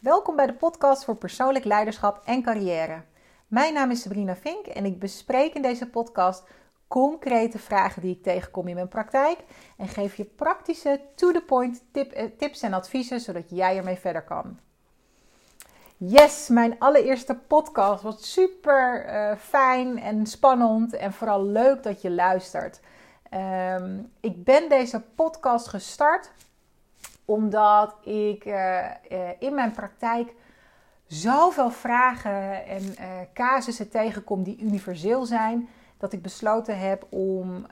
Welkom bij de podcast voor persoonlijk leiderschap en carrière. Mijn naam is Sabrina Vink en ik bespreek in deze podcast concrete vragen die ik tegenkom in mijn praktijk en geef je praktische, to-the-point tips en adviezen zodat jij ermee verder kan. Yes, mijn allereerste podcast was super fijn en spannend en vooral leuk dat je luistert. Ik ben deze podcast gestart omdat ik in mijn praktijk zoveel vragen en casussen tegenkom die universeel zijn, dat ik besloten heb om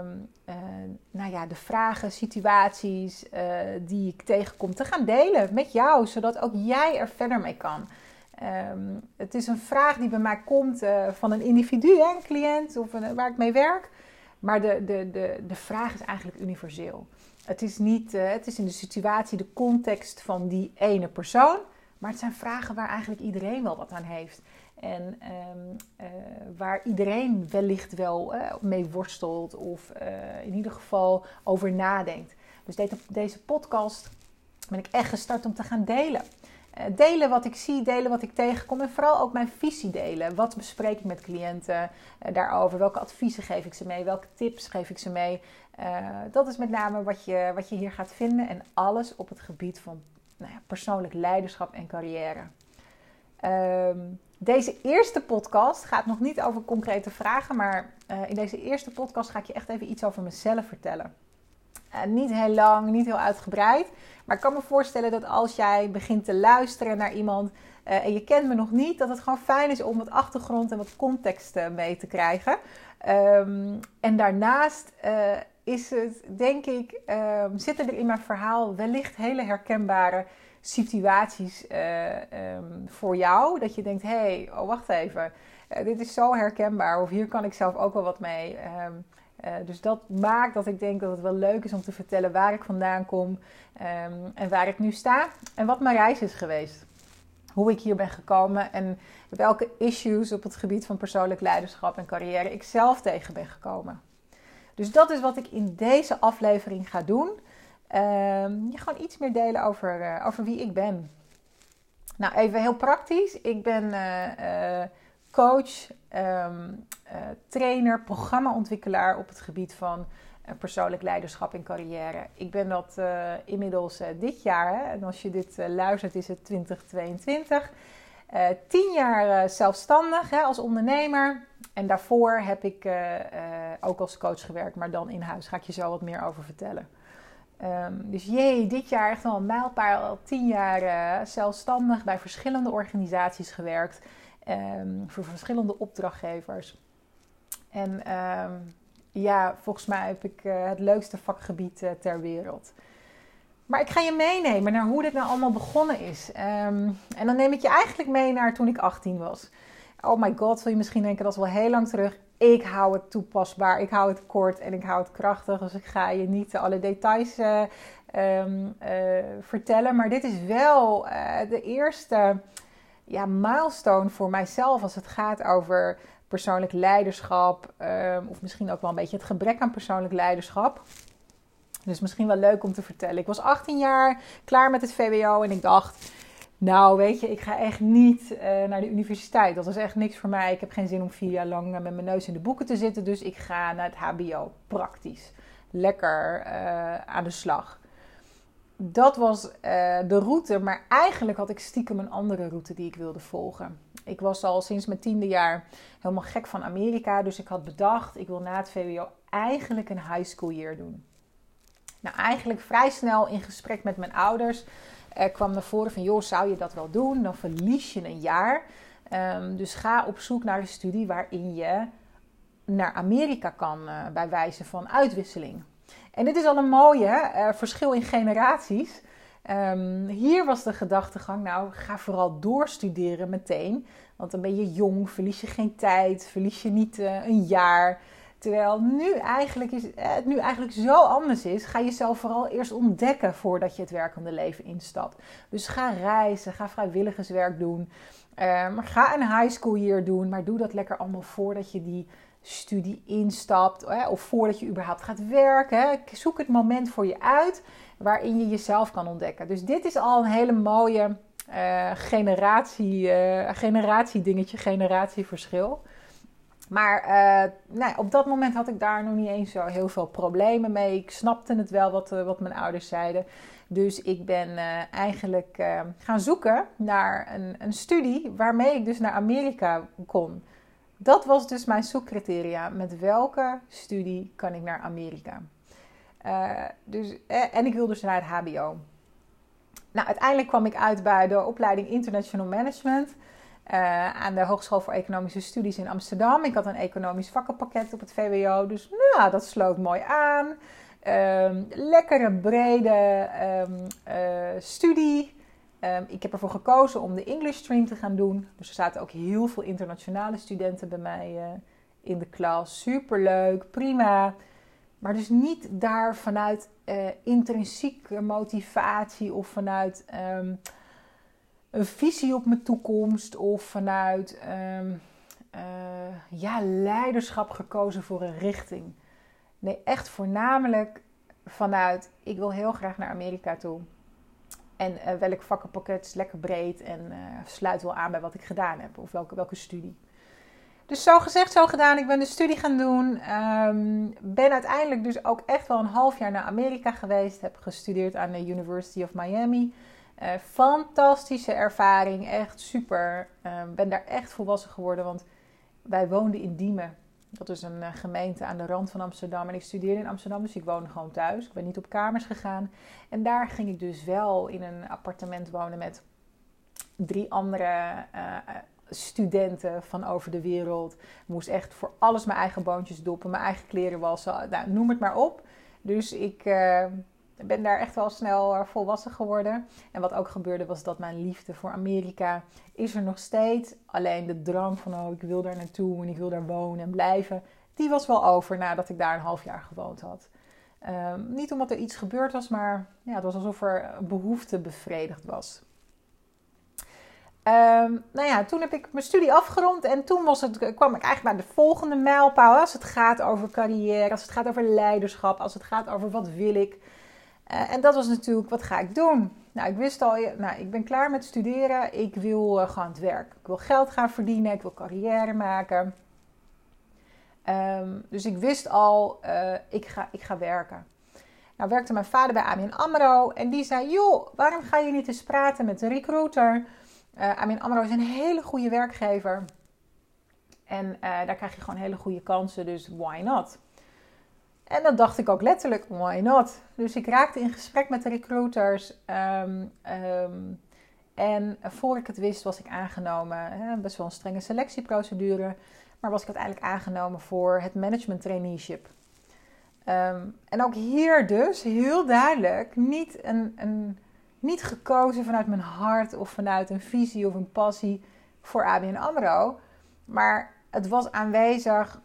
de vragen, situaties die ik tegenkom te gaan delen met jou, zodat ook jij er verder mee kan. Het is een vraag die bij mij komt van een individu, een cliënt of waar ik mee werk, maar de vraag is eigenlijk universeel. Het is in de situatie, de context van die ene persoon. Maar het zijn vragen waar eigenlijk iedereen wel wat aan heeft. En waar iedereen wellicht wel mee worstelt of in ieder geval over nadenkt. Dus deze podcast ben ik echt gestart om te gaan delen. Delen wat ik zie, delen wat ik tegenkom en vooral ook mijn visie delen. Wat bespreek ik met cliënten daarover? Welke adviezen geef ik ze mee? Welke tips geef ik ze mee? Dat is met name wat je hier gaat vinden. En alles op het gebied van persoonlijk leiderschap en carrière. Deze eerste podcast gaat nog niet over concrete vragen. Maar in deze eerste podcast ga ik je echt even iets over mezelf vertellen. Niet heel lang, niet heel uitgebreid. Maar ik kan me voorstellen dat als jij begint te luisteren naar iemand en je kent me nog niet, dat het gewoon fijn is om wat achtergrond en wat context mee te krijgen. En daarnaast is het, denk ik, zitten er in mijn verhaal wellicht hele herkenbare situaties voor jou. Dat je denkt, wacht even, dit is zo herkenbaar of hier kan ik zelf ook wel wat mee. Dus dat maakt dat ik denk dat het wel leuk is om te vertellen waar ik vandaan kom en waar ik nu sta en wat mijn reis is geweest. Hoe ik hier ben gekomen en welke issues op het gebied van persoonlijk leiderschap en carrière ik zelf tegen ben gekomen. Dus dat is wat ik in deze aflevering ga doen. Je gewoon iets meer delen over wie ik ben. Nou, even heel praktisch. Ik ben coach, trainer, programmaontwikkelaar op het gebied van persoonlijk leiderschap en carrière. Ik ben dat inmiddels dit jaar, hè, en als je dit luistert is het 2022. 10 jaar zelfstandig als ondernemer. En daarvoor heb ik ook als coach gewerkt, maar dan in huis. Ga ik je zo wat meer over vertellen. Dus dit jaar echt wel een mijlpaal. Al 10 jaar zelfstandig bij verschillende organisaties gewerkt. Voor verschillende opdrachtgevers. En volgens mij heb ik het leukste vakgebied ter wereld. Maar ik ga je meenemen naar hoe dit nou allemaal begonnen is. En dan neem ik je eigenlijk mee naar toen ik 18 was. Oh my god, zul je misschien denken, dat is wel heel lang terug. Ik hou het toepasbaar, ik hou het kort en ik hou het krachtig. Dus ik ga je niet alle details vertellen. Maar dit is wel de eerste milestone voor mijzelf als het gaat over persoonlijk leiderschap. Of misschien ook wel een beetje het gebrek aan persoonlijk leiderschap. Dus misschien wel leuk om te vertellen. Ik was 18 jaar, klaar met het VWO en ik dacht, nou weet je, ik ga echt niet naar de universiteit. Dat was echt niks voor mij. Ik heb geen zin om 4 jaar lang met mijn neus in de boeken te zitten. Dus ik ga naar het HBO, praktisch. Lekker aan de slag. Dat was de route, maar eigenlijk had ik stiekem een andere route die ik wilde volgen. Ik was al sinds mijn 10e jaar helemaal gek van Amerika. Dus ik had bedacht, ik wil na het VWO eigenlijk een high school year doen. Nou, eigenlijk vrij snel in gesprek met mijn ouders kwam naar voren van, joh, zou je dat wel doen? Dan verlies je een jaar. Dus ga op zoek naar een studie waarin je naar Amerika kan bij wijze van uitwisseling. En dit is al een mooie verschil in generaties. Hier was de gedachtegang, nou, ga vooral doorstuderen meteen. Want dan ben je jong, verlies je geen tijd, verlies je niet een jaar. Terwijl het nu eigenlijk zo anders is, ga je jezelf vooral eerst ontdekken voordat je het werkende leven instapt. Dus ga reizen, ga vrijwilligerswerk doen. Ga een high school year doen, maar doe dat lekker allemaal voordat je die studie instapt. Of voordat je überhaupt gaat werken. Zoek het moment voor je uit waarin je jezelf kan ontdekken. Dus dit is al een hele mooie generatieverschil. Maar op dat moment had ik daar nog niet eens zo heel veel problemen mee. Ik snapte het wel wat mijn ouders zeiden. Dus ik ben eigenlijk gaan zoeken naar een studie waarmee ik dus naar Amerika kon. Dat was dus mijn zoekcriteria. Met welke studie kan ik naar Amerika? En ik wilde dus naar het HBO. Nou, uiteindelijk kwam ik uit bij de opleiding International Management aan de Hogeschool voor Economische Studies in Amsterdam. Ik had een economisch vakkenpakket op het VWO, dus dat sloot mooi aan. Lekkere, brede studie. Ik heb ervoor gekozen om de English stream te gaan doen. Dus er zaten ook heel veel internationale studenten bij mij in de klas. Superleuk, prima. Maar dus niet daar vanuit intrinsieke motivatie of vanuit een visie op mijn toekomst of vanuit leiderschap gekozen voor een richting. Nee, echt voornamelijk vanuit ik wil heel graag naar Amerika toe. En welk vakkenpakket is lekker breed en sluit wel aan bij wat ik gedaan heb of welke studie. Dus zo gezegd, zo gedaan. Ik ben de studie gaan doen. Ben uiteindelijk dus ook echt wel een half jaar naar Amerika geweest. Heb gestudeerd aan de University of Miami. Fantastische ervaring. Echt super. Ben daar echt volwassen geworden. Want wij woonden in Diemen. Dat is een gemeente aan de rand van Amsterdam. En ik studeerde in Amsterdam, dus ik woonde gewoon thuis. Ik ben niet op kamers gegaan. En daar ging ik dus wel in een appartement wonen met 3 andere studenten van over de wereld. Ik moest echt voor alles mijn eigen boontjes doppen, mijn eigen kleren wassen, noem het maar op. Dus ik ben daar echt wel snel volwassen geworden. En wat ook gebeurde was dat mijn liefde voor Amerika is er nog steeds. Alleen de drang van ik wil daar naartoe en ik wil daar wonen en blijven, die was wel over nadat ik daar een half jaar gewoond had. Niet omdat er iets gebeurd was, maar het was alsof er een behoefte bevredigd was. Toen heb ik mijn studie afgerond en toen kwam ik eigenlijk bij de volgende mijlpaal. Als het gaat over carrière, als het gaat over leiderschap, als het gaat over wat wil ik. En dat was natuurlijk, wat ga ik doen? Nou, ik wist al, ik ben klaar met studeren. Ik wil gewoon het werk. Ik wil geld gaan verdienen, ik wil carrière maken. Dus ik wist al, ik ga werken. Nou werkte mijn vader bij ABN AMRO en die zei, joh, waarom ga je niet eens praten met een recruiter? ABN AMRO is een hele goede werkgever. En daar krijg je gewoon hele goede kansen, dus why not? En dat dacht ik ook letterlijk, why not? Dus ik raakte in gesprek met de recruiters. En voor ik het wist was ik aangenomen. Best wel een strenge selectieprocedure. Maar was ik uiteindelijk aangenomen voor het management traineeship. En ook hier dus heel duidelijk niet gekozen vanuit mijn hart of vanuit een visie of een passie voor ABN AMRO. Maar het was aanwezig.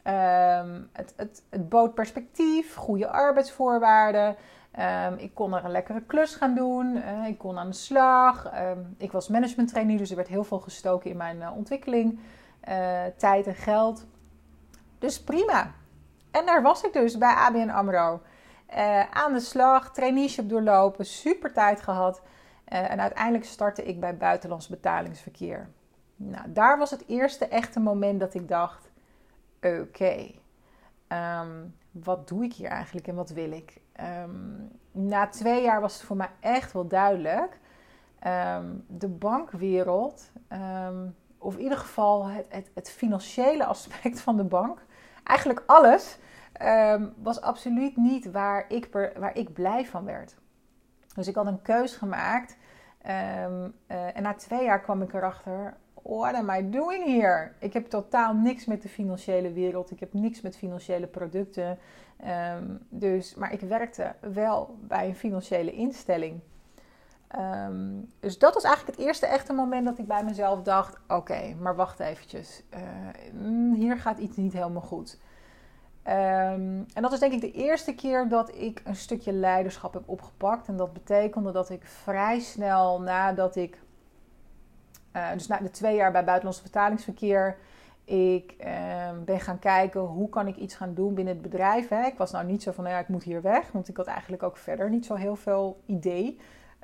Het bood perspectief, goede arbeidsvoorwaarden. Ik kon er een lekkere klus gaan doen. Ik kon aan de slag. Ik was management trainee, dus er werd heel veel gestoken in mijn ontwikkeling. Tijd en geld. Dus prima. En daar was ik dus bij ABN AMRO. Aan de slag, traineeship doorlopen, super tijd gehad. En uiteindelijk startte ik bij buitenlands betalingsverkeer. Nou, daar was het eerste echte moment dat ik dacht, oké, wat doe ik hier eigenlijk en wat wil ik? Na 2 jaar was het voor mij echt wel duidelijk. De bankwereld, of in ieder geval het financiële aspect van de bank, eigenlijk alles, was absoluut niet waar ik blij van werd. Dus ik had een keus gemaakt. En na 2 jaar kwam ik erachter, what am I doing here? Ik heb totaal niks met de financiële wereld. Ik heb niks met financiële producten. Maar ik werkte wel bij een financiële instelling. Dus dat was eigenlijk het eerste echte moment dat ik bij mezelf dacht, oké, maar wacht eventjes. Hier gaat iets niet helemaal goed. En dat is denk ik de eerste keer dat ik een stukje leiderschap heb opgepakt. En dat betekende dat ik vrij snel nadat ik, dus na de 2 jaar bij buitenlands betalingsverkeer, ik ben gaan kijken hoe kan ik iets gaan doen binnen het bedrijf. Hè? Ik was nou niet zo van, ik moet hier weg. Want ik had eigenlijk ook verder niet zo heel veel idee.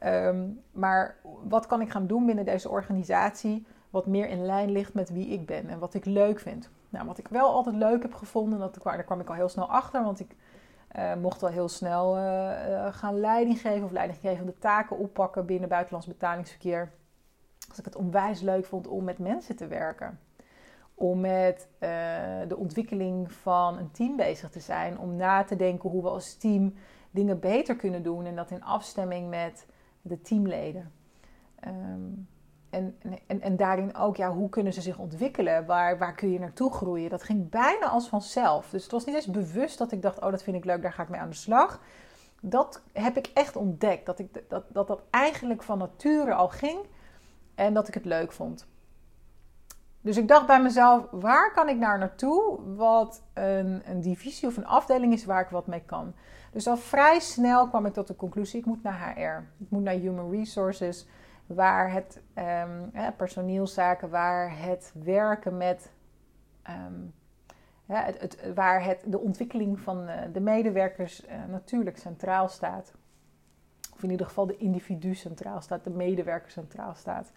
Maar wat kan ik gaan doen binnen deze organisatie wat meer in lijn ligt met wie ik ben en wat ik leuk vind? Nou, wat ik wel altijd leuk heb gevonden, daar kwam ik al heel snel achter, want ik mocht wel heel snel gaan leiding geven of leidinggevende taken oppakken binnen buitenlands betalingsverkeer. Dat ik het onwijs leuk vond om met mensen te werken. Om met de ontwikkeling van een team bezig te zijn. Om na te denken hoe we als team dingen beter kunnen doen. En dat in afstemming met de teamleden. En daarin ook, hoe kunnen ze zich ontwikkelen? Waar kun je naartoe groeien? Dat ging bijna als vanzelf. Dus het was niet eens bewust dat ik dacht, dat vind ik leuk, daar ga ik mee aan de slag. Dat heb ik echt ontdekt. Dat eigenlijk van nature al ging. En dat ik het leuk vond. Dus ik dacht bij mezelf, waar kan ik naartoe wat een divisie of een afdeling is waar ik wat mee kan. Dus al vrij snel kwam ik tot de conclusie, ik moet naar HR. Ik moet naar Human Resources, waar het personeelszaken, waar het werken met, de ontwikkeling van de medewerkers natuurlijk centraal staat. Of in ieder geval de individu centraal staat, de medewerker centraal staat.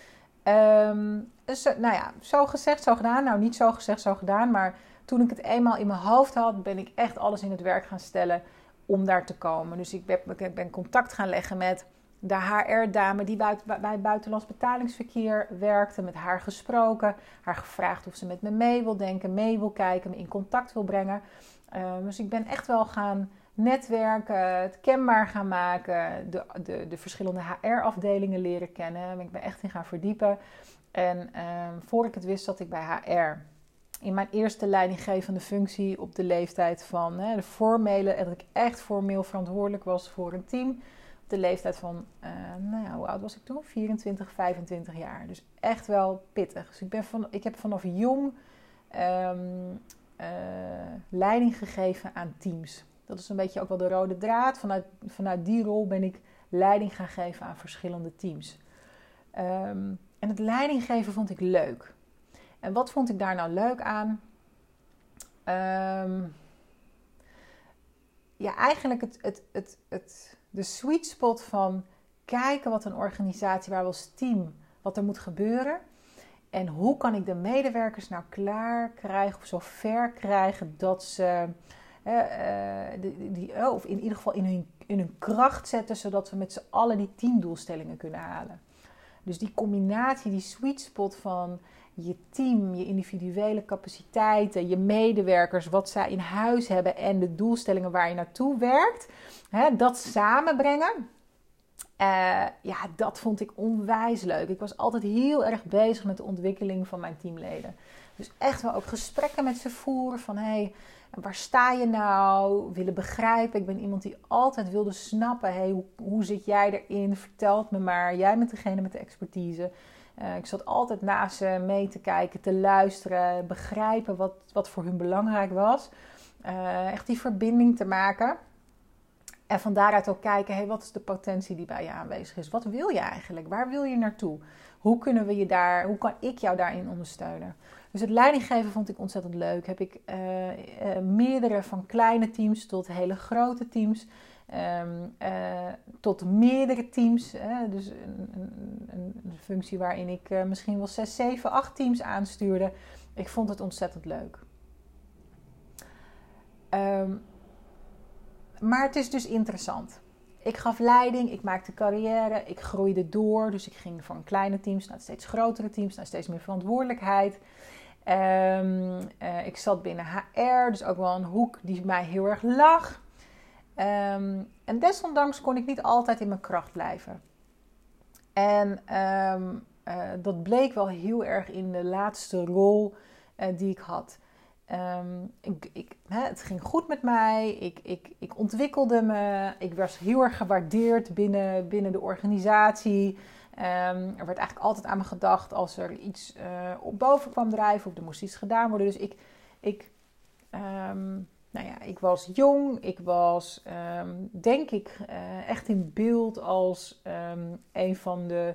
Dus zo gezegd, zo gedaan. Nou, niet zo gezegd, zo gedaan. Maar toen ik het eenmaal in mijn hoofd had, ben ik echt alles in het werk gaan stellen om daar te komen. Dus ik ben contact gaan leggen met de HR-dame die bij buitenlands betalingsverkeer werkte. Met haar gesproken, haar gevraagd of ze met me mee wil denken, mee wil kijken, me in contact wil brengen. Dus ik ben echt wel gaan netwerken, het kenbaar gaan maken, de verschillende HR-afdelingen leren kennen. Ik ben echt in gaan verdiepen. En voor ik het wist zat ik bij HR. In mijn eerste leidinggevende functie op de leeftijd van de formele, dat ik echt formeel verantwoordelijk was voor een team. Op de leeftijd van, hoe oud was ik toen? 24, 25 jaar. Dus echt wel pittig. Dus ik heb vanaf jong leiding gegeven aan teams. Dat is een beetje ook wel de rode draad. Vanuit die rol ben ik leiding gaan geven aan verschillende teams. En het leidinggeven vond ik leuk. En wat vond ik daar nou leuk aan? Eigenlijk de sweet spot van kijken wat een organisatie, waar we als team, wat er moet gebeuren. En hoe kan ik de medewerkers nou klaar krijgen of zo ver krijgen dat ze... of in ieder geval in hun kracht zetten, zodat we met z'n allen die teamdoelstellingen kunnen halen. Dus die combinatie, die sweet spot van je team, je individuele capaciteiten, je medewerkers, wat zij in huis hebben en de doelstellingen waar je naartoe werkt, dat samenbrengen. Dat vond ik onwijs leuk. Ik was altijd heel erg bezig met de ontwikkeling van mijn teamleden. Dus echt wel ook gesprekken met ze voeren van waar sta je nou? Willen begrijpen. Ik ben iemand die altijd wilde snappen. Hoe zit jij erin? Vertel het me maar. Jij bent degene met de expertise. Ik zat altijd naast ze mee te kijken, te luisteren, begrijpen wat voor hun belangrijk was. Echt die verbinding te maken. En van daaruit ook kijken, wat is de potentie die bij je aanwezig is? Wat wil je eigenlijk? Waar wil je naartoe? Hoe kan ik jou daarin ondersteunen? Dus het leidinggeven vond ik ontzettend leuk. Heb ik meerdere van kleine teams tot hele grote teams. Tot meerdere teams. Dus een functie waarin ik misschien wel 6, 7, 8 teams aanstuurde. Ik vond het ontzettend leuk. Maar het is dus interessant. Ik gaf leiding, ik maakte carrière, ik groeide door. Dus ik ging van kleine teams naar steeds grotere teams, naar steeds meer verantwoordelijkheid. Ik zat binnen HR, dus ook wel een hoek die mij heel erg lag. En desondanks kon ik niet altijd in mijn kracht blijven. En dat bleek wel heel erg in de laatste rol die ik had. Het ging goed met mij, ik ontwikkelde me, ik was heel erg gewaardeerd binnen de organisatie. Er werd eigenlijk altijd aan me gedacht als er iets op boven kwam drijven of er moest iets gedaan worden. Dus ik was jong, ik was denk ik echt in beeld als een van de...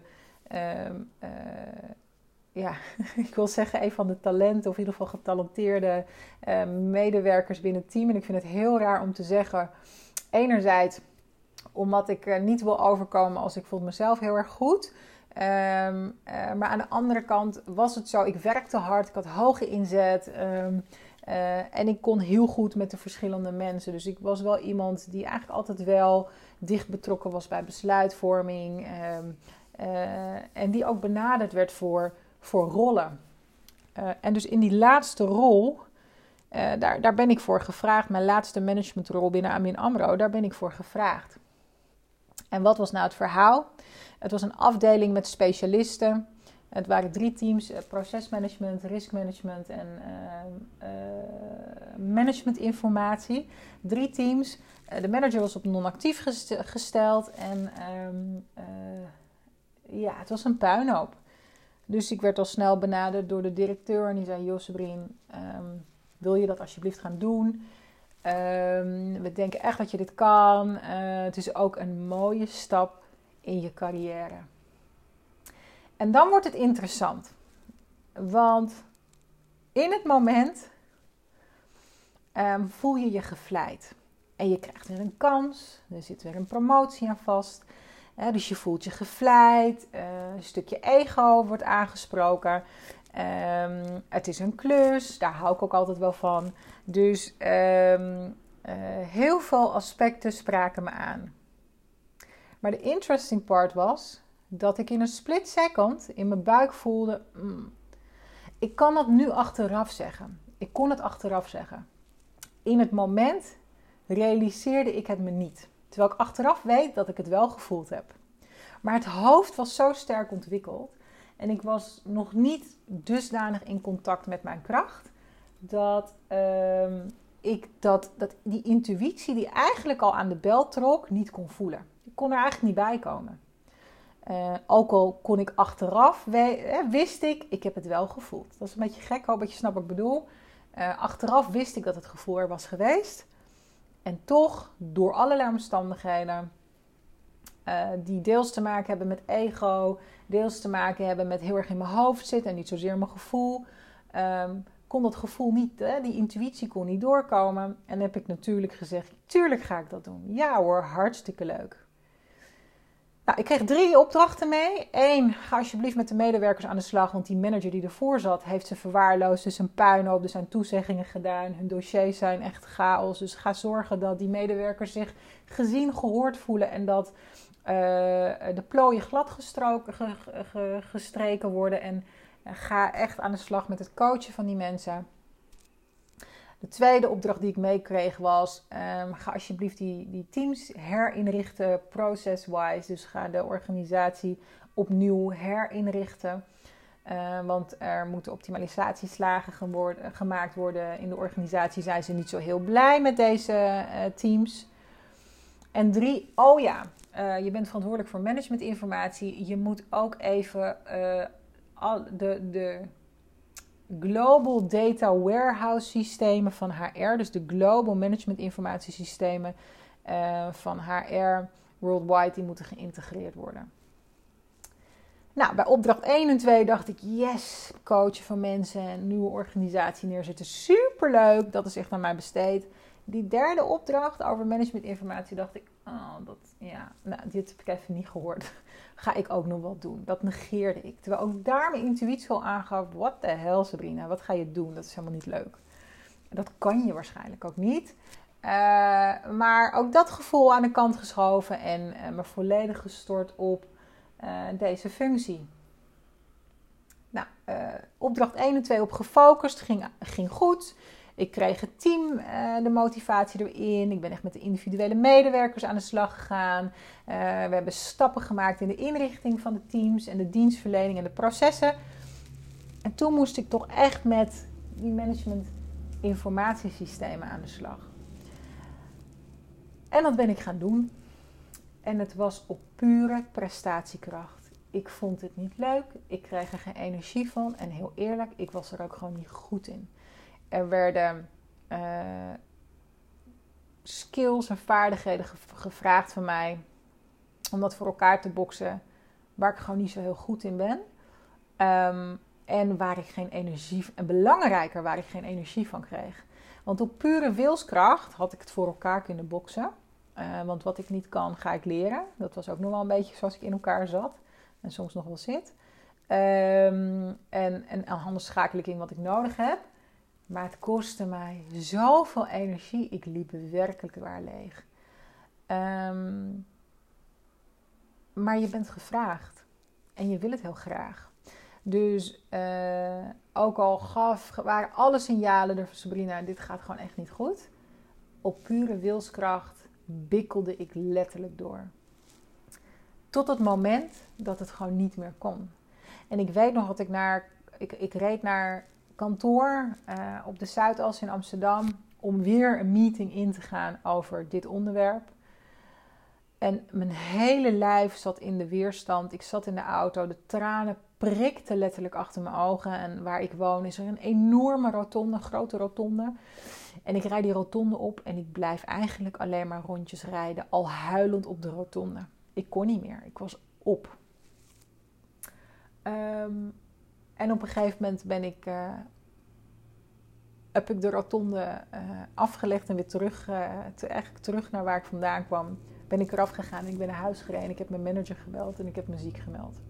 ik wil zeggen een van de talenten of in ieder geval getalenteerde medewerkers binnen het team. En ik vind het heel raar om te zeggen, enerzijds Omdat ik niet wil overkomen als ik voel mezelf heel erg goed. Maar aan de andere kant was het zo, ik werkte hard, ik had hoge inzet. En ik kon heel goed met de verschillende mensen. Dus ik was wel iemand die eigenlijk altijd wel dicht betrokken was bij besluitvorming. En die ook benaderd werd voor rollen. En dus in die laatste rol, daar ben ik voor gevraagd. Mijn laatste managementrol binnen ABN AMRO, daar ben ik voor gevraagd. En wat was nou het verhaal? Het was een afdeling met specialisten. Het waren 3 teams, procesmanagement, riskmanagement en managementinformatie. 3 teams. De manager was op non-actief gesteld en het was een puinhoop. Dus ik werd al snel benaderd door de directeur en die zei: "Joh, Sabrine, wil je dat alsjeblieft gaan doen? We denken echt dat je dit kan. Het is ook een mooie stap in je carrière." En dan wordt het interessant. Want in het moment voel je je gevleid. En je krijgt weer een kans. Er zit weer een promotie aan vast. Dus je voelt je gevleid. Een stukje ego wordt aangesproken. Het is een klus. Daar hou ik ook altijd wel van. Dus heel veel aspecten spraken me aan. Maar de interesting part was dat ik in een split second in mijn buik voelde: ik kan dat nu achteraf zeggen. Ik kon het achteraf zeggen. In het moment realiseerde ik het me niet. Terwijl ik achteraf weet dat ik het wel gevoeld heb. Maar het hoofd was zo sterk ontwikkeld. En ik was nog niet dusdanig in contact met mijn kracht. Dat ik die intuïtie die eigenlijk al aan de bel trok, niet kon voelen. Ik kon er eigenlijk niet bij komen. Ook al kon ik achteraf, wist ik heb het wel gevoeld. Dat is een beetje gek, ik hoop dat je snapt wat ik bedoel. Achteraf wist ik dat het gevoel er was geweest. En toch, door allerlei omstandigheden, die deels te maken hebben met ego, deels te maken hebben met heel erg in mijn hoofd zitten en niet zozeer mijn gevoel, kon dat gevoel niet, die intuïtie kon niet doorkomen. En heb ik natuurlijk gezegd: tuurlijk ga ik dat doen. Ja hoor, hartstikke leuk. Nou, ik kreeg 3 opdrachten mee. 1, ga alsjeblieft met de medewerkers aan de slag, want die manager die ervoor zat, heeft ze verwaarloosd. Dus een puinhoop, er zijn toezeggingen gedaan. Hun dossiers zijn echt chaos. Dus ga zorgen dat die medewerkers zich gezien, gehoord voelen en dat de plooien glad gestreken worden. En ga echt aan de slag met het coachen van die mensen. De tweede opdracht die ik meekreeg was: ga alsjeblieft die teams herinrichten, process-wise. Dus ga de organisatie opnieuw herinrichten. Want er moeten optimalisatieslagen gemaakt worden. In de organisatie zijn ze niet zo heel blij met deze teams. En 3, je bent verantwoordelijk voor managementinformatie. Je moet ook even de Global Data Warehouse systemen van HR, dus de Global Management informatiesystemen van HR worldwide, die moeten geïntegreerd worden. Nou, bij opdracht 1 en 2 dacht ik: yes, coachen van mensen, een nieuwe organisatie neerzetten, superleuk, dat is echt aan mij besteed. Die derde opdracht over managementinformatie dacht ik: dit heb ik even niet gehoord. Ga ik ook nog wel doen. Dat negeerde ik. Terwijl ook daar mijn intuïtie al aangaf: what the hell, Sabrina, wat ga je doen? Dat is helemaal niet leuk. Dat kan je waarschijnlijk ook niet. Maar ook dat gevoel aan de kant geschoven en me volledig gestort op deze functie. Nou, opdracht 1 en 2 op gefocust, ging goed. Ik kreeg het team de motivatie erin. Ik ben echt met de individuele medewerkers aan de slag gegaan. We hebben stappen gemaakt in de inrichting van de teams en de dienstverlening en de processen. En toen moest ik toch echt met die management informatiesystemen aan de slag. En dat ben ik gaan doen. En het was op pure prestatiekracht. Ik vond het niet leuk. Ik kreeg er geen energie van. En heel eerlijk, ik was er ook gewoon niet goed in. Er werden skills en vaardigheden gevraagd van mij om dat voor elkaar te boksen, waar ik gewoon niet zo heel goed in ben. En waar ik geen energie, en belangrijker, waar ik geen energie van kreeg. Want op pure wilskracht had ik het voor elkaar kunnen boksen. Want wat ik niet kan, ga ik leren. Dat was ook nog wel een beetje zoals ik in elkaar zat. En soms nog wel zit. En anders schakel ik in wat ik nodig heb. Maar het kostte mij zoveel energie. Ik liep werkelijk waar leeg. Maar je bent gevraagd. En je wil het heel graag. Dus ook al waren alle signalen er van Sabrina, dit gaat gewoon echt niet goed. Op pure wilskracht bikkelde ik letterlijk door. Tot het moment dat het gewoon niet meer kon. En ik weet nog dat ik reed naar kantoor op de Zuidas in Amsterdam om weer een meeting in te gaan over dit onderwerp. En mijn hele lijf zat in de weerstand. Ik zat in de auto, de tranen prikten letterlijk achter mijn ogen. En waar ik woon is er een enorme rotonde, grote rotonde. En ik rijd die rotonde op en ik blijf eigenlijk alleen maar rondjes rijden, al huilend op de rotonde. Ik kon niet meer, ik was op. En op een gegeven moment heb ik de rotonde afgelegd en weer terug naar waar ik vandaan kwam. Ben ik eraf gegaan en ik ben naar huis gereden. Ik heb mijn manager gebeld en ik heb me ziek gemeld.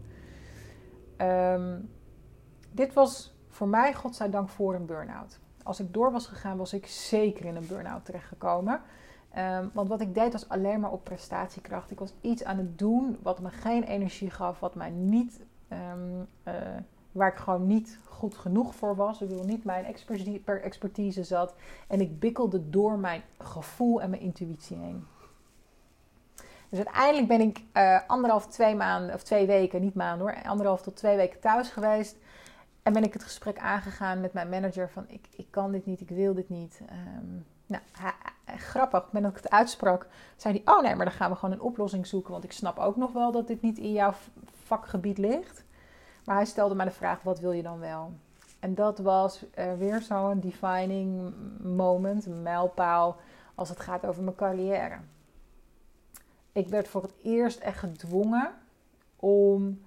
Dit was voor mij, godzijdank, voor een burn-out. Als ik door was gegaan, was ik zeker in een burn-out terechtgekomen. Want wat ik deed was alleen maar op prestatiekracht. Ik was iets aan het doen wat me geen energie gaf, wat mij niet, waar ik gewoon niet goed genoeg voor was. Ik wil niet mijn expertise zat. En ik bikkelde door mijn gevoel en mijn intuïtie heen. Dus uiteindelijk ben ik 2 maanden, of 2 weken, niet maanden hoor, 1,5 tot 2 weken thuis geweest. En ben ik het gesprek aangegaan met mijn manager van ik kan dit niet, ik wil dit niet. Grappig, op het moment dat ik het uitsprak, zei hij, oh nee, maar dan gaan we gewoon een oplossing zoeken. Want ik snap ook nog wel dat dit niet in jouw vakgebied ligt. Maar hij stelde mij de vraag, wat wil je dan wel? En dat was weer zo'n defining moment, een mijlpaal als het gaat over mijn carrière. Ik werd voor het eerst echt gedwongen om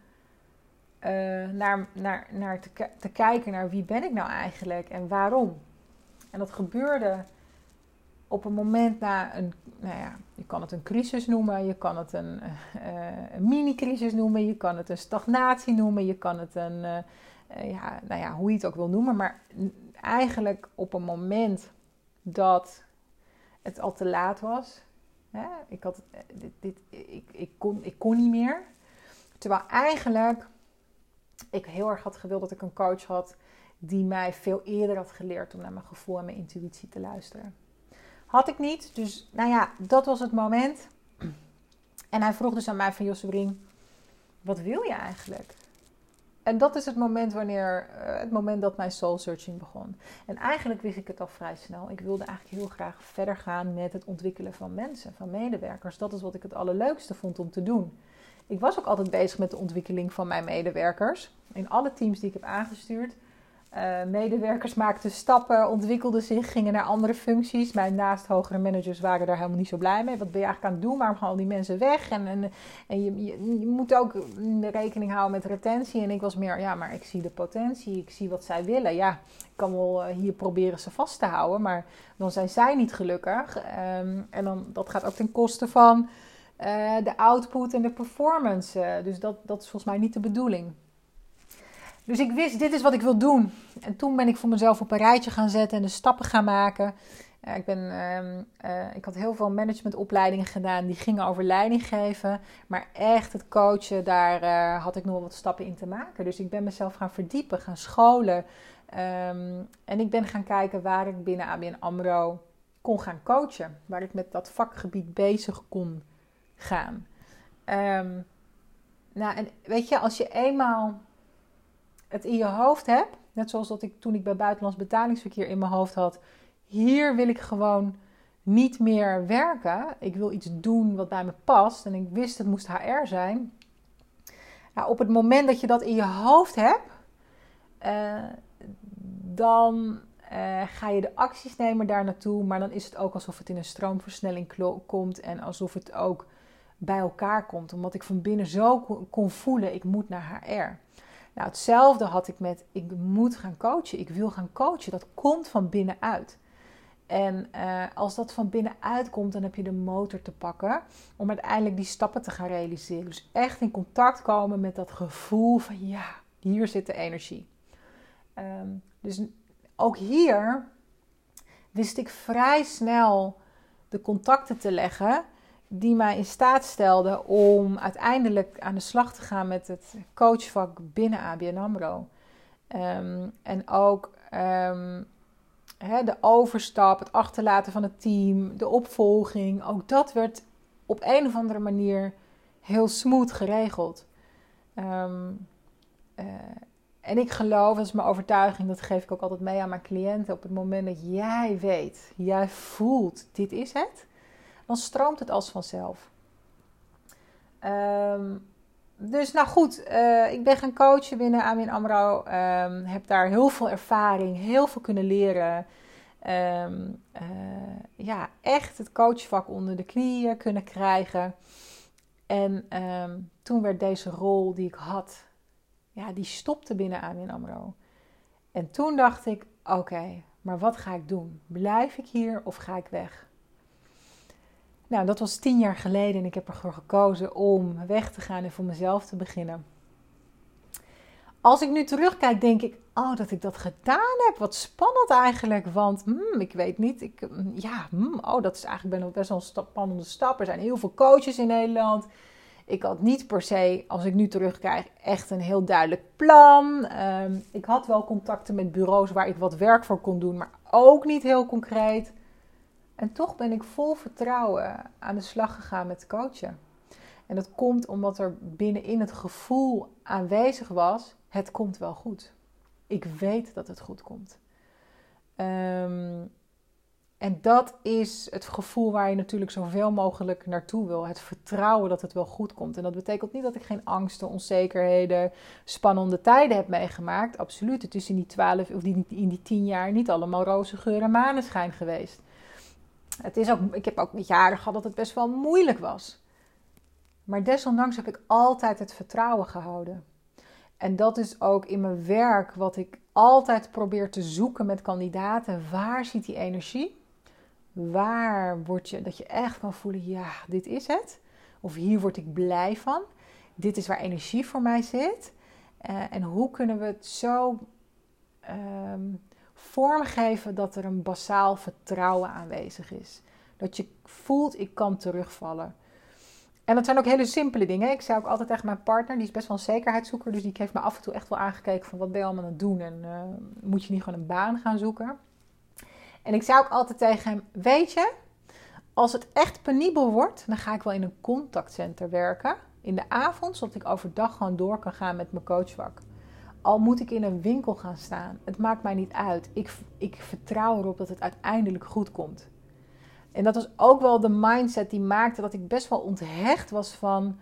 te kijken naar wie ben ik nou eigenlijk en waarom. En dat gebeurde op een moment na je kan het een crisis noemen, je kan het een mini-crisis noemen, je kan het een stagnatie noemen, je kan het hoe je het ook wil noemen. Maar eigenlijk op een moment dat het al te laat was. Ik kon niet meer. Terwijl eigenlijk ik heel erg had gewild dat ik een coach had die mij veel eerder had geleerd om naar mijn gevoel en mijn intuïtie te luisteren. Had ik niet. Dus dat was het moment. En hij vroeg dus aan mij van, Sabrina, wat wil je eigenlijk? En dat is het moment dat mijn soul searching begon. En eigenlijk wist ik het al vrij snel. Ik wilde eigenlijk heel graag verder gaan met het ontwikkelen van mensen, van medewerkers. Dat is wat ik het allerleukste vond om te doen. Ik was ook altijd bezig met de ontwikkeling van mijn medewerkers. In alle teams die ik heb aangestuurd. Medewerkers maakten stappen, ontwikkelden zich, gingen naar andere functies. Mijn naast hogere managers waren daar helemaal niet zo blij mee. Wat ben je eigenlijk aan het doen? Waarom gaan al die mensen weg? En je moet ook rekening houden met retentie. En ik was meer, maar ik zie de potentie. Ik zie wat zij willen. Ja, ik kan wel hier proberen ze vast te houden. Maar dan zijn zij niet gelukkig. En dan, dat gaat ook ten koste van de output en de performance. Dus dat is volgens mij niet de bedoeling. Dus ik wist, dit is wat ik wil doen. En toen ben ik voor mezelf op een rijtje gaan zetten en de stappen gaan maken. Ik had heel veel managementopleidingen gedaan. Die gingen over leiding geven. Maar echt het coachen, daar had ik nog wat stappen in te maken. Dus ik ben mezelf gaan verdiepen, gaan scholen. En ik ben gaan kijken waar ik binnen ABN AMRO kon gaan coachen. Waar ik met dat vakgebied bezig kon gaan. En weet je, als je eenmaal het in je hoofd hebt, net zoals dat toen ik bij buitenlands betalingsverkeer in mijn hoofd had, hier wil ik gewoon niet meer werken. Ik wil iets doen wat bij me past. En ik wist het moest HR zijn. Op het moment dat je dat in je hoofd hebt, dan ga je de acties nemen daar naartoe. Maar dan is het ook alsof het in een stroomversnelling komt en alsof het ook bij elkaar komt. Omdat ik van binnen zo kon voelen, ik moet naar HR. Nou, hetzelfde had ik met, ik moet gaan coachen. Ik wil gaan coachen. Dat komt van binnenuit. En als dat van binnenuit komt, dan heb je de motor te pakken om uiteindelijk die stappen te gaan realiseren. Dus echt in contact komen met dat gevoel van ja, hier zit de energie. Dus ook hier wist ik vrij snel de contacten te leggen die mij in staat stelden om uiteindelijk aan de slag te gaan met het coachvak binnen ABN AMRO. En ook de overstap, het achterlaten van het team, de opvolging. Ook dat werd op een of andere manier heel smooth geregeld. En ik geloof, dat is mijn overtuiging, dat geef ik ook altijd mee aan mijn cliënten. Op het moment dat jij weet, jij voelt, dit is het, dan stroomt het als vanzelf. Dus nou goed, ik ben gaan coachen binnen ABN AMRO. Heb daar heel veel ervaring, heel veel kunnen leren. Echt het coachvak onder de knieën kunnen krijgen. En toen werd deze rol die ik had, die stopte binnen ABN AMRO. En toen dacht ik, oké, maar wat ga ik doen? Blijf ik hier of ga ik weg? Nou, dat was 10 jaar geleden en ik heb ervoor gekozen om weg te gaan en voor mezelf te beginnen. Als ik nu terugkijk, denk ik, dat ik dat gedaan heb. Wat spannend eigenlijk, want ik weet niet. Dat is eigenlijk best wel een spannende stap. Er zijn heel veel coaches in Nederland. Ik had niet per se, als ik nu terugkijk, echt een heel duidelijk plan. Ik had wel contacten met bureaus waar ik wat werk voor kon doen, maar ook niet heel concreet. En toch ben ik vol vertrouwen aan de slag gegaan met coachen. En dat komt omdat er binnenin het gevoel aanwezig was, het komt wel goed. Ik weet dat het goed komt. En dat is het gevoel waar je natuurlijk zoveel mogelijk naartoe wil. Het vertrouwen dat het wel goed komt. En dat betekent niet dat ik geen angsten, onzekerheden, spannende tijden heb meegemaakt. Absoluut, het is in die 10 jaar niet allemaal roze geur en maneschijn geweest. Ik heb ook jaren gehad dat het best wel moeilijk was. Maar desondanks heb ik altijd het vertrouwen gehouden. En dat is ook in mijn werk wat ik altijd probeer te zoeken met kandidaten. Waar zit die energie? Waar dat je echt kan voelen, ja, dit is het. Of hier word ik blij van. Dit is waar energie voor mij zit. En hoe kunnen we het zo vormgeven dat er een basaal vertrouwen aanwezig is. Dat je voelt, ik kan terugvallen. En dat zijn ook hele simpele dingen. Ik zei ook altijd tegen mijn partner, die is best wel een zekerheidszoeker. Dus die heeft me af en toe echt wel aangekeken van wat ben je allemaal aan het doen. En moet je niet gewoon een baan gaan zoeken. En ik zei ook altijd tegen hem, weet je, als het echt penibel wordt, dan ga ik wel in een contactcenter werken. In de avond, zodat ik overdag gewoon door kan gaan met mijn coachvak. Al moet ik in een winkel gaan staan, het maakt mij niet uit. Ik vertrouw erop dat het uiteindelijk goed komt. En dat was ook wel de mindset die maakte dat ik best wel onthecht was van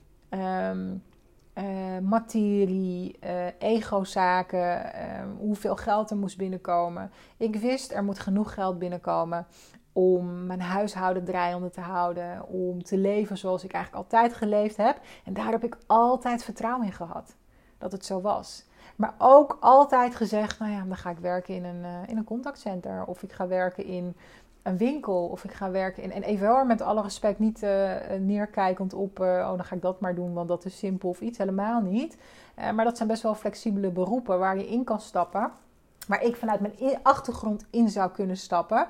materie, egozaken, hoeveel geld er moest binnenkomen. Ik wist, er moet genoeg geld binnenkomen om mijn huishouden draaiende te houden, om te leven zoals ik eigenlijk altijd geleefd heb. En daar heb ik altijd vertrouwen in gehad, dat het zo was. Maar ook altijd gezegd, dan ga ik werken in een contactcenter. Of ik ga werken in een winkel. Of ik ga werken in... En even met alle respect niet neerkijkend op... dan ga ik dat maar doen, want dat is simpel of iets. Helemaal niet. Maar dat zijn best wel flexibele beroepen waar je in kan stappen. Waar ik vanuit mijn achtergrond in zou kunnen stappen.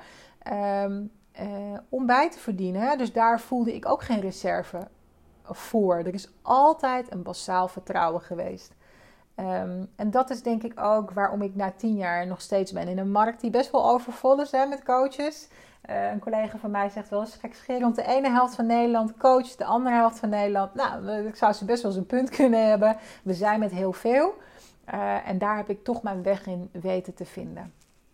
Om bij te verdienen. Hè? Dus daar voelde ik ook geen reserve voor. Er is altijd een basaal vertrouwen geweest. En dat is denk ik ook waarom ik na 10 jaar nog steeds ben in een markt die best wel overvol is met coaches. Een collega van mij zegt wel eens gekscherend, de ene helft van Nederland coacht, de andere helft van Nederland. Nou, ik zou ze best wel eens een punt kunnen hebben. We zijn met heel veel. En daar heb ik toch mijn weg in weten te vinden.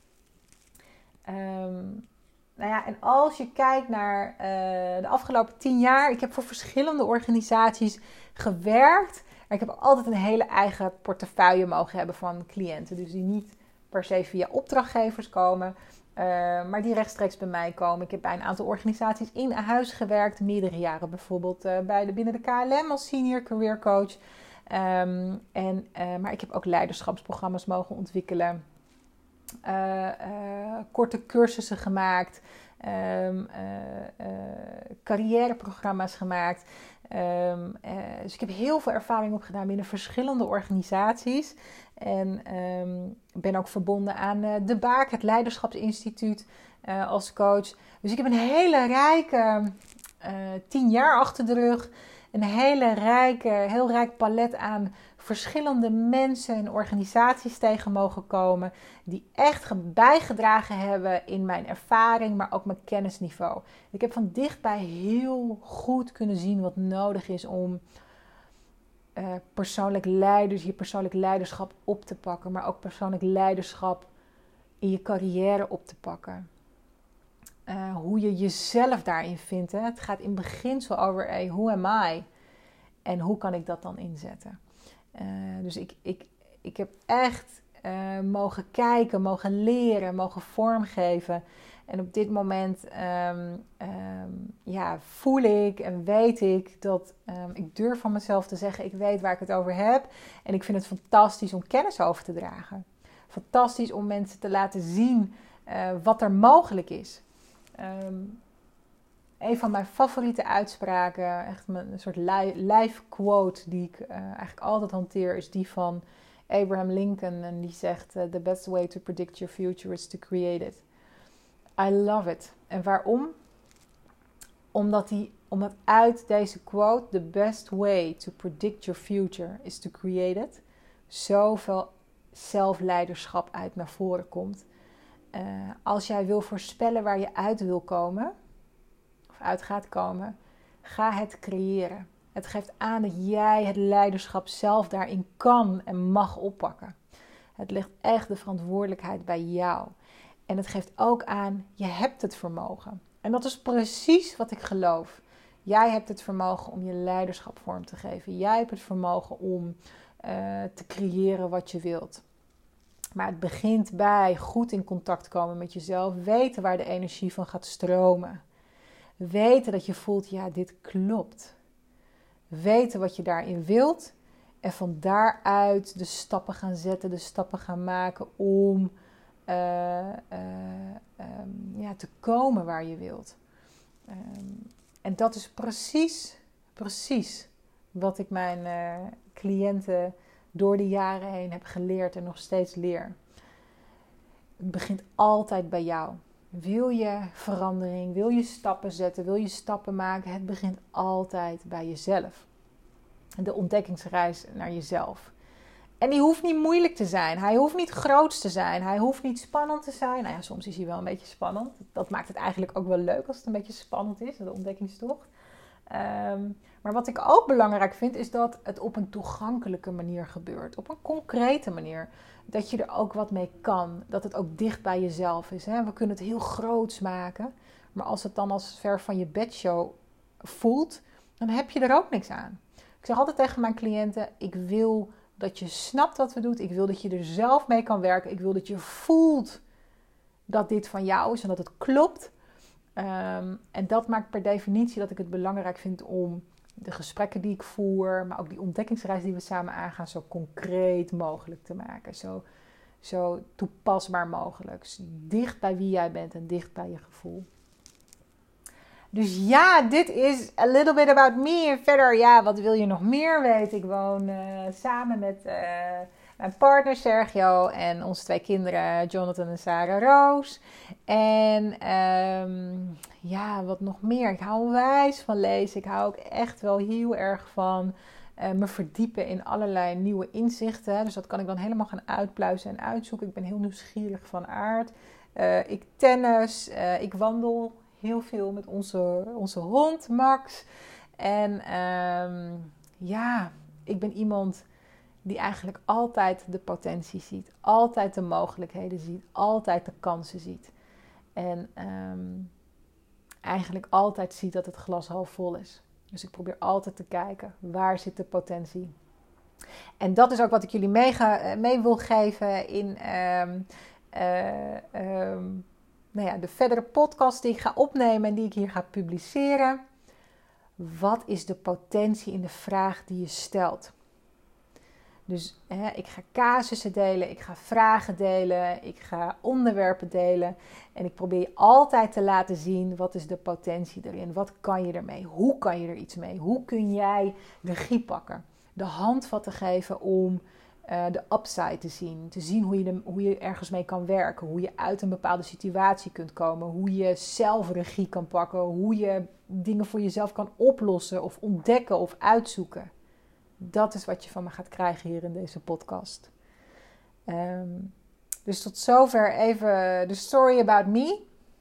En als je kijkt naar de afgelopen 10 jaar, ik heb voor verschillende organisaties gewerkt. Maar ik heb altijd een hele eigen portefeuille mogen hebben van cliënten. Dus die niet per se via opdrachtgevers komen, maar die rechtstreeks bij mij komen. Ik heb bij een aantal organisaties in huis gewerkt, meerdere jaren bijvoorbeeld binnen de KLM als senior career coach. Maar ik heb ook leiderschapsprogramma's mogen ontwikkelen. korte cursussen gemaakt. Carrièreprogramma's gemaakt. Dus ik heb heel veel ervaring opgedaan binnen verschillende organisaties. En ben ook verbonden aan De Baak, het Leiderschapsinstituut, als coach. Dus ik heb een hele rijke 10 jaar achter de rug. Een heel rijk palet aan verschillende mensen en organisaties tegen mogen komen. Die echt bijgedragen hebben in mijn ervaring, maar ook mijn kennisniveau. Ik heb van dichtbij heel goed kunnen zien wat nodig is om je persoonlijk leiderschap op te pakken. Maar ook persoonlijk leiderschap in je carrière op te pakken. Hoe je jezelf daarin vindt. Hè? Het gaat in beginsel over who am I? En hoe kan ik dat dan inzetten? Dus ik heb echt mogen kijken, mogen leren, mogen vormgeven. En op dit moment voel ik en weet ik dat ik durf van mezelf te zeggen, ik weet waar ik het over heb. En ik vind het fantastisch om kennis over te dragen. Fantastisch om mensen te laten zien wat er mogelijk is. Een van mijn favoriete uitspraken, echt een soort life quote die ik eigenlijk altijd hanteer, is die van Abraham Lincoln. En die zegt, the best way to predict your future is to create it. I love it. En waarom? Omdat uit deze quote, the best way to predict your future is to create it, zoveel zelfleiderschap uit naar voren komt. Als jij wil voorspellen waar je uit wil komen, of uit gaat komen, ga het creëren. Het geeft aan dat jij het leiderschap zelf daarin kan en mag oppakken. Het ligt echt de verantwoordelijkheid bij jou. En het geeft ook aan, je hebt het vermogen. En dat is precies wat ik geloof. Jij hebt het vermogen om je leiderschap vorm te geven. Jij hebt het vermogen om te creëren wat je wilt. Maar het begint bij goed in contact komen met jezelf. Weten waar de energie van gaat stromen. Weten dat je voelt, ja, dit klopt. Weten wat je daarin wilt. En van daaruit de stappen gaan zetten, de stappen gaan maken om te komen waar je wilt. En dat is precies wat ik mijn cliënten door de jaren heen heb geleerd en nog steeds leer. Het begint altijd bij jou. Wil je verandering, wil je stappen zetten, wil je stappen maken? Het begint altijd bij jezelf. De ontdekkingsreis naar jezelf. En die hoeft niet moeilijk te zijn. Hij hoeft niet groots te zijn. Hij hoeft niet spannend te zijn. Nou ja, soms is hij wel een beetje spannend. Dat maakt het eigenlijk ook wel leuk als het een beetje spannend is, de ontdekkingstocht. Maar wat ik ook belangrijk vind, is dat het op een toegankelijke manier gebeurt. Op een concrete manier. Dat je er ook wat mee kan. Dat het ook dicht bij jezelf is. Hè? We kunnen het heel groots maken. Maar als het dan als ver van je bedshow voelt, dan heb je er ook niks aan. Ik zeg altijd tegen mijn cliënten, ik wil dat je snapt wat we doen. Ik wil dat je er zelf mee kan werken. Ik wil dat je voelt dat dit van jou is en dat het klopt. En dat maakt per definitie dat ik het belangrijk vind om de gesprekken die ik voer, maar ook die ontdekkingsreis die we samen aangaan, zo concreet mogelijk te maken. Zo toepasbaar mogelijk. Dicht bij wie jij bent en dicht bij je gevoel. Dus ja, dit is a little bit about me. En verder, ja, wat wil je nog meer weten? Ik woon samen met mijn partner Sergio en onze 2 kinderen Jonathan en Sarah Roos. En wat nog meer? Ik hou wijs van lezen. Ik hou ook echt wel heel erg van me verdiepen in allerlei nieuwe inzichten. Dus dat kan ik dan helemaal gaan uitpluizen en uitzoeken. Ik ben heel nieuwsgierig van aard. Ik tennis, ik wandel heel veel met onze hond Max. En ik ben iemand die eigenlijk altijd de potentie ziet. Altijd de mogelijkheden ziet. Altijd de kansen ziet. En eigenlijk altijd ziet dat het glas half vol is. Dus ik probeer altijd te kijken, waar zit de potentie? En dat is ook wat ik jullie mee wil geven in de verdere podcast die ik ga opnemen en die ik hier ga publiceren. Wat is de potentie in de vraag die je stelt? Dus ik ga casussen delen, ik ga vragen delen, ik ga onderwerpen delen. En ik probeer je altijd te laten zien, wat is de potentie erin? Wat kan je ermee? Hoe kan je er iets mee? Hoe kun jij de regie pakken? De handvatten geven om de upside te zien. Te zien hoe je ergens mee kan werken. Hoe je uit een bepaalde situatie kunt komen. Hoe je zelf regie kan pakken. Hoe je dingen voor jezelf kan oplossen of ontdekken of uitzoeken. Dat is wat je van me gaat krijgen hier in deze podcast. Dus tot zover even de story about me.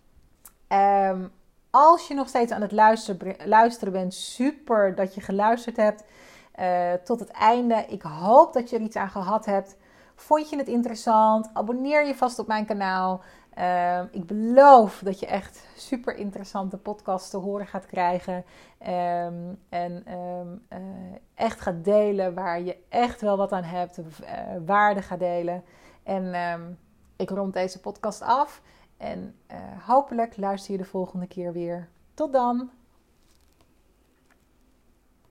Als je nog steeds aan het luisteren bent, super dat je geluisterd hebt tot het einde. Ik hoop dat je er iets aan gehad hebt. Vond je het interessant? Abonneer je vast op mijn kanaal. Ik beloof dat je echt super interessante podcasts te horen gaat krijgen. Echt gaat delen waar je echt wel wat aan hebt. Waarde gaat delen. En ik rond deze podcast af. En hopelijk luister je de volgende keer weer. Tot dan!